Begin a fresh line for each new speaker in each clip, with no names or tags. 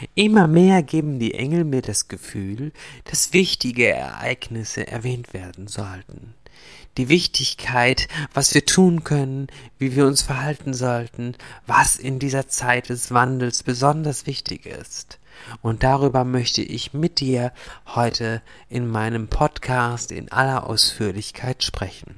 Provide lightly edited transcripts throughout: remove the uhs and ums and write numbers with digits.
Immer mehr geben die Engel mir das Gefühl, dass wichtige Ereignisse erwähnt werden sollten. Die Wichtigkeit, was wir tun können, wie wir uns verhalten sollten, was in dieser Zeit des Wandels besonders wichtig ist. Und darüber möchte ich mit dir heute in meinem Podcast in aller Ausführlichkeit sprechen.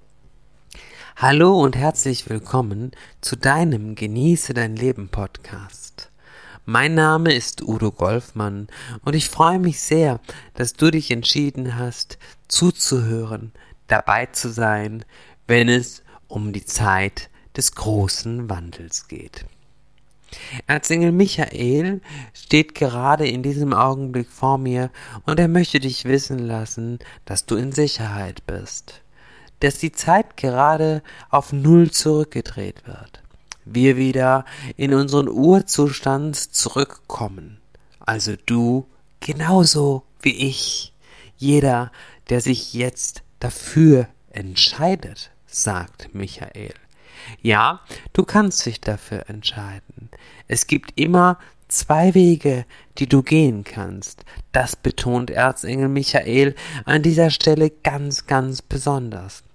Hallo und herzlich willkommen zu deinem Genieße dein Leben Podcast. Mein Name ist Udo Golfmann und ich freue mich sehr, dass du dich entschieden hast, zuzuhören, dabei zu sein, wenn es um die Zeit des großen Wandels geht. Erzengel Michael steht gerade in diesem Augenblick vor mir und er möchte dich wissen lassen, dass du in Sicherheit bist, dass die Zeit gerade auf Null zurückgedreht wird. Wir wieder in unseren Urzustand zurückkommen. Also du genauso wie ich. Jeder, der sich jetzt dafür entscheidet, sagt Michael. Ja, du kannst dich dafür entscheiden. Es gibt immer zwei Wege, die du gehen kannst. Das betont Erzengel Michael an dieser Stelle ganz, ganz besonders.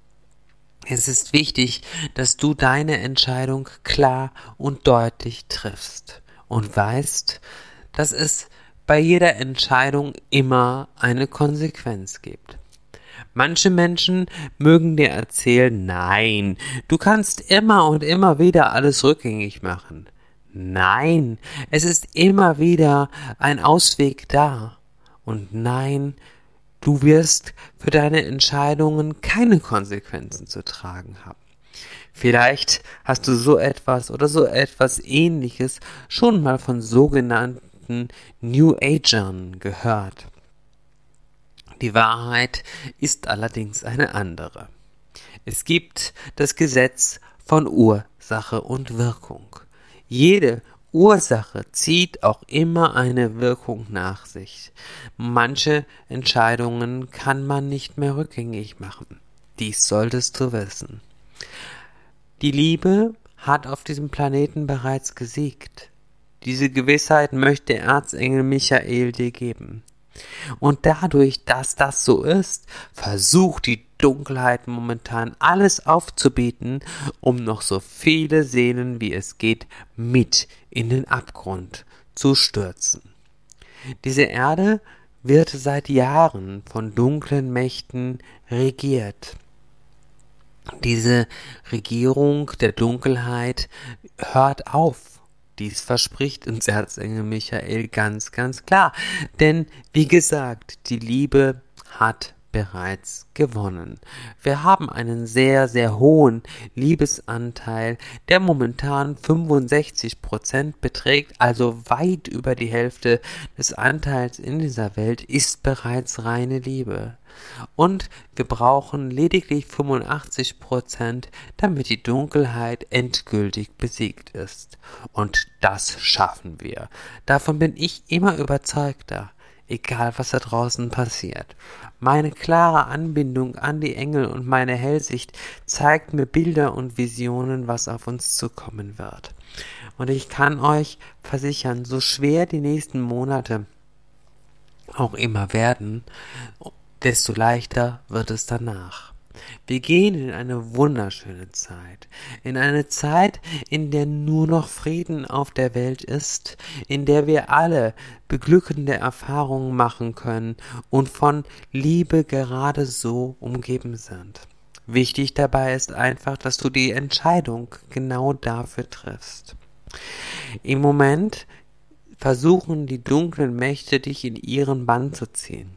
Es ist wichtig, dass du deine Entscheidung klar und deutlich triffst und weißt, dass es bei jeder Entscheidung immer eine Konsequenz gibt. Manche Menschen mögen dir erzählen, nein, du kannst immer und immer wieder alles rückgängig machen. Nein, es ist immer wieder ein Ausweg da. Und nein, du wirst für deine Entscheidungen keine Konsequenzen zu tragen haben. Vielleicht hast du so etwas oder so etwas Ähnliches schon mal von sogenannten New Agern gehört. Die Wahrheit ist allerdings eine andere. Es gibt das Gesetz von Ursache und Wirkung. Jede Ursache zieht auch immer eine Wirkung nach sich. Manche Entscheidungen kann man nicht mehr rückgängig machen. Dies solltest du wissen. Die Liebe hat auf diesem Planeten bereits gesiegt. Diese Gewissheit möchte Erzengel Michael dir geben. Und dadurch, dass das so ist, versucht die Dunkelheit momentan alles aufzubieten, um noch so viele Seelen wie es geht mit in den Abgrund zu stürzen. Diese Erde wird seit Jahren von dunklen Mächten regiert. Diese Regierung der Dunkelheit hört auf. Dies verspricht uns Erzengel Michael ganz, ganz klar. Denn, wie gesagt, die Liebe hat bereits gewonnen. Wir haben einen sehr, sehr hohen Liebesanteil, der momentan 65% beträgt, also weit über die Hälfte des Anteils in dieser Welt ist bereits reine Liebe. Und wir brauchen lediglich 85%, damit die Dunkelheit endgültig besiegt ist. Und das schaffen wir. Davon bin ich immer überzeugter, egal was da draußen passiert. Meine klare Anbindung an die Engel und meine Hellsicht zeigt mir Bilder und Visionen, was auf uns zukommen wird. Und ich kann euch versichern, so schwer die nächsten Monate auch immer werden, desto leichter wird es danach. Wir gehen in eine wunderschöne Zeit, in eine Zeit, in der nur noch Frieden auf der Welt ist, in der wir alle beglückende Erfahrungen machen können und von Liebe gerade so umgeben sind. Wichtig dabei ist einfach, dass du die Entscheidung genau dafür triffst. Im Moment versuchen die dunklen Mächte, dich in ihren Bann zu ziehen.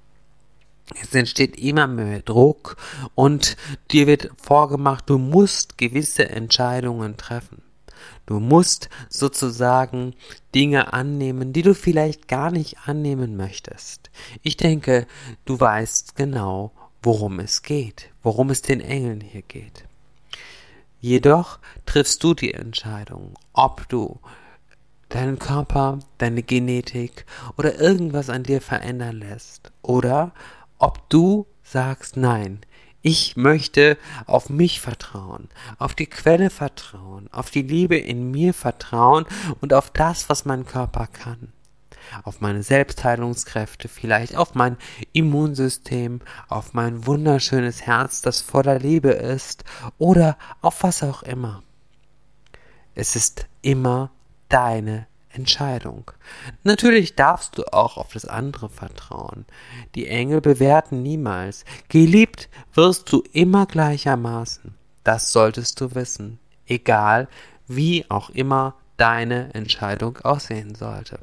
Es entsteht immer mehr Druck und dir wird vorgemacht, du musst gewisse Entscheidungen treffen. Du musst sozusagen Dinge annehmen, die du vielleicht gar nicht annehmen möchtest. Ich denke, du weißt genau, worum es geht, worum es den Engeln hier geht. Jedoch triffst du die Entscheidung, ob du deinen Körper, deine Genetik oder irgendwas an dir verändern lässt oder ob du sagst, nein, Ich möchte auf mich vertrauen, auf die Quelle vertrauen, auf die Liebe in mir vertrauen und auf das, was mein Körper kann. Auf meine Selbstheilungskräfte, vielleicht auf mein Immunsystem, auf mein wunderschönes Herz, das voller Liebe ist, oder auf was auch immer. Es ist immer deine Entscheidung. Natürlich darfst du auch auf das andere vertrauen. Die Engel bewerten niemals. Geliebt wirst du immer gleichermaßen. Das solltest du wissen. Egal, wie auch immer deine Entscheidung aussehen sollte.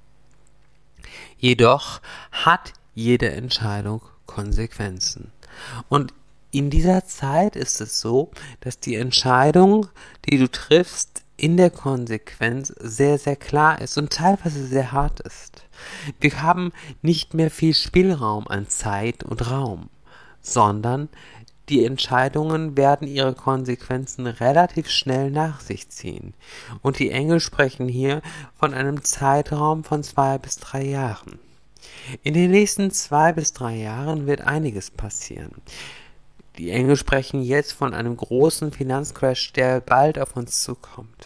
Jedoch hat jede Entscheidung Konsequenzen. Und in dieser Zeit ist es so, dass die Entscheidung, die du triffst, in der Konsequenz sehr, sehr klar ist und teilweise sehr hart ist. Wir haben nicht mehr viel Spielraum an Zeit und Raum, sondern die Entscheidungen werden ihre Konsequenzen relativ schnell nach sich ziehen. Und die Engel sprechen hier von einem Zeitraum von 2 bis 3 Jahren. In den nächsten 2 bis 3 Jahren wird einiges passieren. Die Engel sprechen jetzt von einem großen Finanzcrash, der bald auf uns zukommt.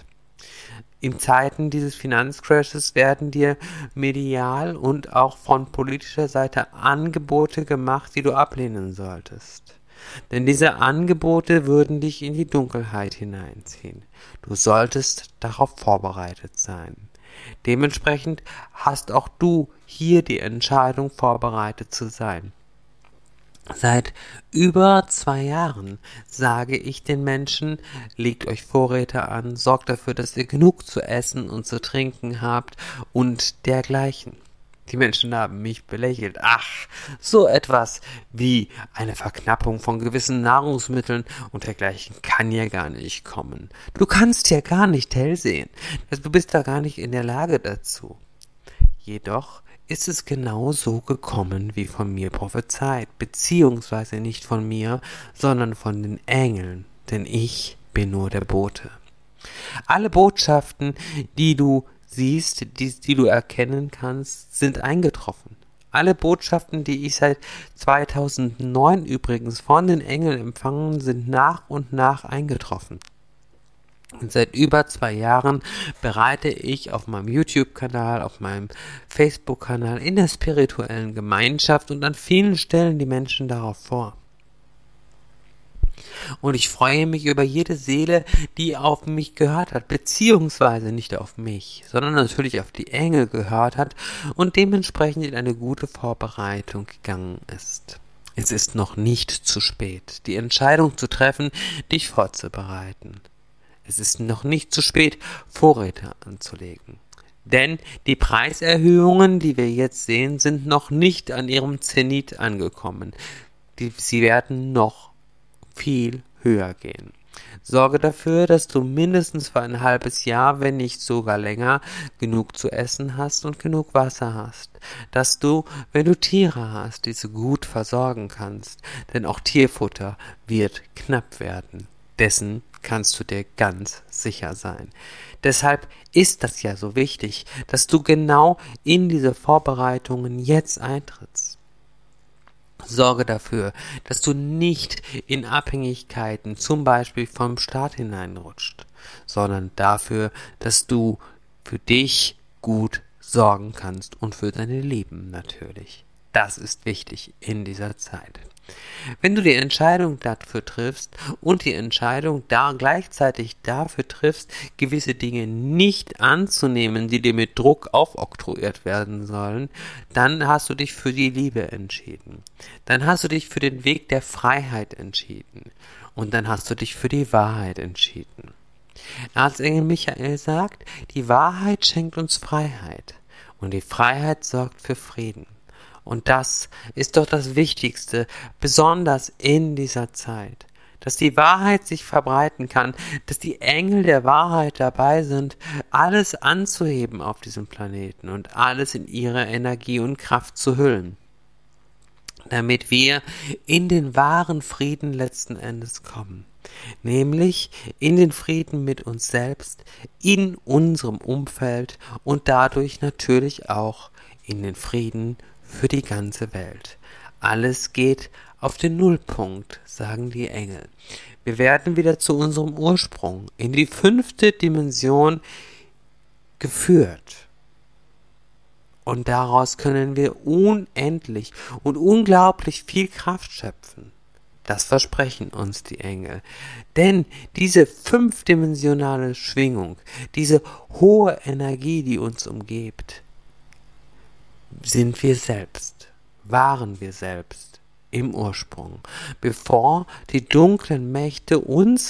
In Zeiten dieses Finanzcrashes werden dir medial und auch von politischer Seite Angebote gemacht, die du ablehnen solltest. Denn diese Angebote würden dich in die Dunkelheit hineinziehen. Du solltest darauf vorbereitet sein. Dementsprechend hast auch du hier die Entscheidung, vorbereitet zu sein. Seit über 2 Jahren sage ich den Menschen, legt euch Vorräte an, sorgt dafür, dass ihr genug zu essen und zu trinken habt und dergleichen. Die Menschen haben mich belächelt. Ach, so etwas wie eine Verknappung von gewissen Nahrungsmitteln und dergleichen kann ja gar nicht kommen. Du kannst ja gar nicht hell sehen. Du bist da gar nicht in der Lage dazu. Jedoch ist es genau so gekommen, wie von mir prophezeit, beziehungsweise nicht von mir, sondern von den Engeln, denn ich bin nur der Bote. Alle Botschaften, die du siehst, die du erkennen kannst, sind eingetroffen. Alle Botschaften, die ich seit 2009 übrigens von den Engeln empfangen, sind nach und nach eingetroffen. Und seit über 2 Jahren bereite ich auf meinem YouTube-Kanal, auf meinem Facebook-Kanal, in der spirituellen Gemeinschaft und an vielen Stellen die Menschen darauf vor. Und ich freue mich über jede Seele, die auf mich gehört hat, beziehungsweise nicht auf mich, sondern natürlich auf die Engel gehört hat und dementsprechend in eine gute Vorbereitung gegangen ist. Es ist noch nicht zu spät, die Entscheidung zu treffen, dich vorzubereiten. Es ist noch nicht zu spät, Vorräte anzulegen. Denn die Preiserhöhungen, die wir jetzt sehen, sind noch nicht an ihrem Zenit angekommen. Sie werden noch viel höher gehen. Sorge dafür, dass du mindestens für ein halbes Jahr, wenn nicht sogar länger, genug zu essen hast und genug Wasser hast. Dass du, wenn du Tiere hast, diese gut versorgen kannst. Denn auch Tierfutter wird knapp werden. Dessen kannst du dir ganz sicher sein. Deshalb ist das ja so wichtig, dass du genau in diese Vorbereitungen jetzt eintrittst. Sorge dafür, dass du nicht in Abhängigkeiten, zum Beispiel vom Staat hineinrutscht, sondern dafür, dass du für dich gut sorgen kannst und für deine Lieben natürlich. Das ist wichtig in dieser Zeit. Wenn du die Entscheidung dafür triffst und die Entscheidung gleichzeitig dafür triffst, gewisse Dinge nicht anzunehmen, die dir mit Druck aufoktroyiert werden sollen, dann hast du dich für die Liebe entschieden. Dann hast du dich für den Weg der Freiheit entschieden. Und dann hast du dich für die Wahrheit entschieden. Erzengel Michael sagt, die Wahrheit schenkt uns Freiheit und die Freiheit sorgt für Frieden. Und das ist doch das Wichtigste, besonders in dieser Zeit, dass die Wahrheit sich verbreiten kann, dass die Engel der Wahrheit dabei sind, alles anzuheben auf diesem Planeten und alles in ihre Energie und Kraft zu hüllen, damit wir in den wahren Frieden letzten Endes kommen. Nämlich in den Frieden mit uns selbst, in unserem Umfeld und dadurch natürlich auch in den Frieden für die ganze Welt. Alles geht auf den Nullpunkt, sagen die Engel. Wir werden wieder zu unserem Ursprung, in die 5. Dimension geführt. Und daraus können wir unendlich und unglaublich viel Kraft schöpfen. Das versprechen uns die Engel. Denn diese 5-dimensionale Schwingung, diese hohe Energie, die uns umgibt, sind wir selbst, waren wir selbst im Ursprung, bevor die dunklen Mächte uns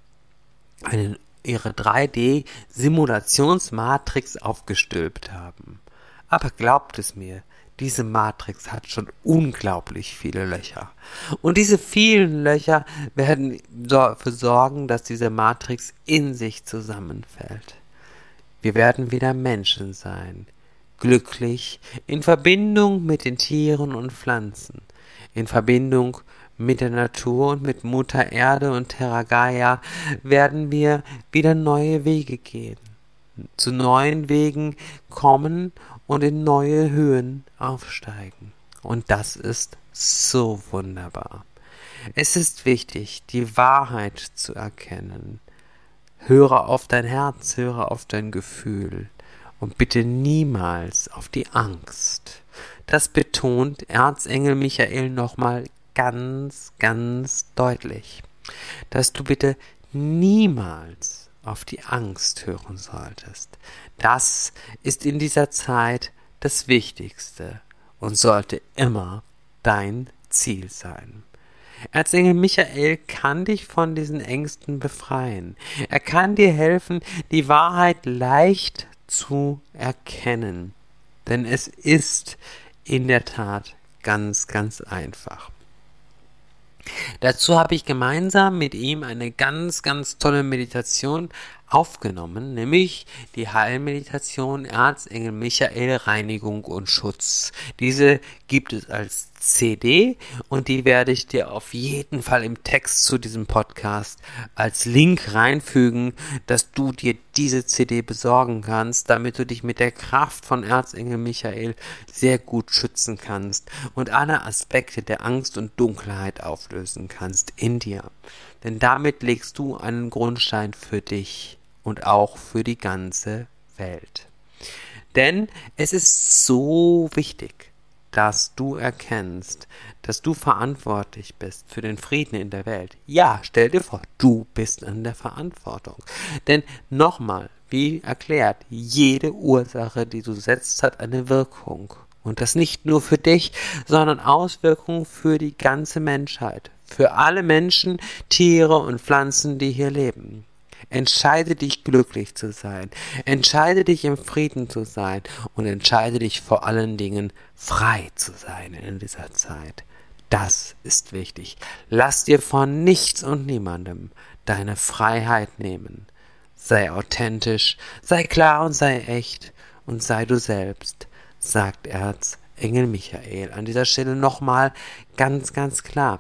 ihre 3D-Simulationsmatrix aufgestülpt haben. Aber glaubt es mir, diese Matrix hat schon unglaublich viele Löcher. Und diese vielen Löcher werden dafür sorgen, dass diese Matrix in sich zusammenfällt. Wir werden wieder Menschen sein, glücklich, in Verbindung mit den Tieren und Pflanzen, in Verbindung mit der Natur und mit Mutter Erde und Terra Gaia werden wir wieder neue Wege gehen, zu neuen Wegen kommen und in neue Höhen aufsteigen. Und das ist so wunderbar. Es ist wichtig, die Wahrheit zu erkennen. Höre auf dein Herz, höre auf dein Gefühl und bitte niemals auf die Angst. Das betont Erzengel Michael nochmal ganz, ganz deutlich, dass du bitte niemals auf die Angst hören solltest. Das ist in dieser Zeit das Wichtigste und sollte immer dein Ziel sein. Erzengel Michael kann dich von diesen Ängsten befreien. Er kann dir helfen, die Wahrheit leicht zu erkennen. Denn es ist in der Tat ganz, ganz einfach. Dazu habe ich gemeinsam mit ihm eine ganz, ganz tolle Meditation aufgenommen, nämlich die Heilmeditation Erzengel Michael Reinigung und Schutz. Diese gibt es als CD und die werde ich dir auf jeden Fall im Text zu diesem Podcast als Link reinfügen, dass du dir diese CD besorgen kannst, damit du dich mit der Kraft von Erzengel Michael sehr gut schützen kannst und alle Aspekte der Angst und Dunkelheit auflösen kannst in dir. Denn damit legst du einen Grundstein für dich und auch für die ganze Welt. Denn es ist so wichtig, dass du erkennst, dass du verantwortlich bist für den Frieden in der Welt. Ja, stell dir vor, du bist in der Verantwortung. Denn nochmal, wie erklärt, jede Ursache, die du setzt, hat eine Wirkung. Und das nicht nur für dich, sondern Auswirkungen für die ganze Menschheit. Für alle Menschen, Tiere und Pflanzen, die hier leben. Entscheide dich, glücklich zu sein. Entscheide dich, im Frieden zu sein. Und entscheide dich vor allen Dingen, frei zu sein in dieser Zeit. Das ist wichtig. Lass dir von nichts und niemandem deine Freiheit nehmen. Sei authentisch, sei klar und sei echt und sei du selbst, sagt Erzengel Michael. An dieser Stelle nochmal ganz, ganz klar.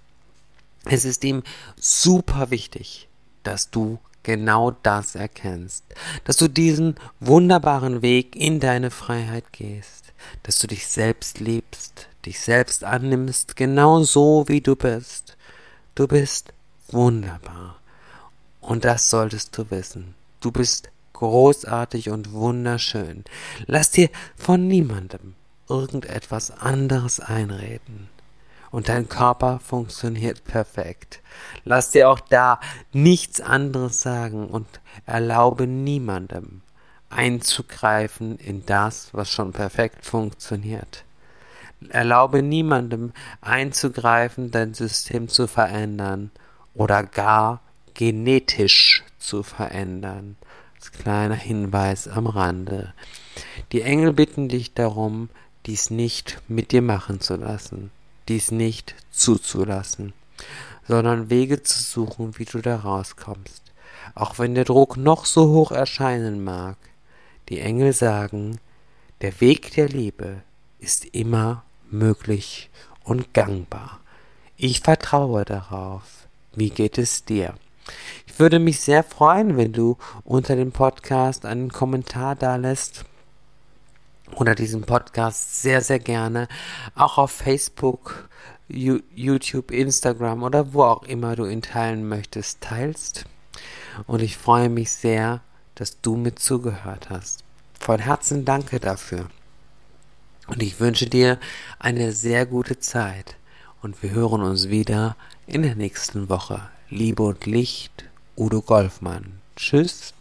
Es ist ihm super wichtig, dass du genau das erkennst, dass du diesen wunderbaren Weg in deine Freiheit gehst, dass du dich selbst liebst, dich selbst annimmst, genau so wie du bist. Du bist wunderbar und das solltest du wissen. Du bist großartig und wunderschön. Lass dir von niemandem irgendetwas anderes einreden. Und dein Körper funktioniert perfekt. Lass dir auch da nichts anderes sagen und erlaube niemandem einzugreifen in das, was schon perfekt funktioniert. Erlaube niemandem einzugreifen, dein System zu verändern oder gar genetisch zu verändern. Als kleiner Hinweis am Rande. Die Engel bitten dich darum, dies nicht mit dir machen zu lassen. Dies nicht zuzulassen, sondern Wege zu suchen, wie du da rauskommst. Auch wenn der Druck noch so hoch erscheinen mag, die Engel sagen, der Weg der Liebe ist immer möglich und gangbar. Ich vertraue darauf. Wie geht es dir? Ich würde mich sehr freuen, wenn du unter dem Podcast einen Kommentar dalässt oder diesen Podcast sehr, sehr gerne auch auf Facebook YouTube, Instagram oder wo auch immer du ihn teilen möchtest, teilst. Und ich freue mich sehr, dass du mit zugehört hast. Von Herzen danke dafür. Und ich wünsche dir eine sehr gute Zeit. Und wir hören uns wieder in der nächsten Woche. Liebe und Licht, Udo Golfmann. Tschüss.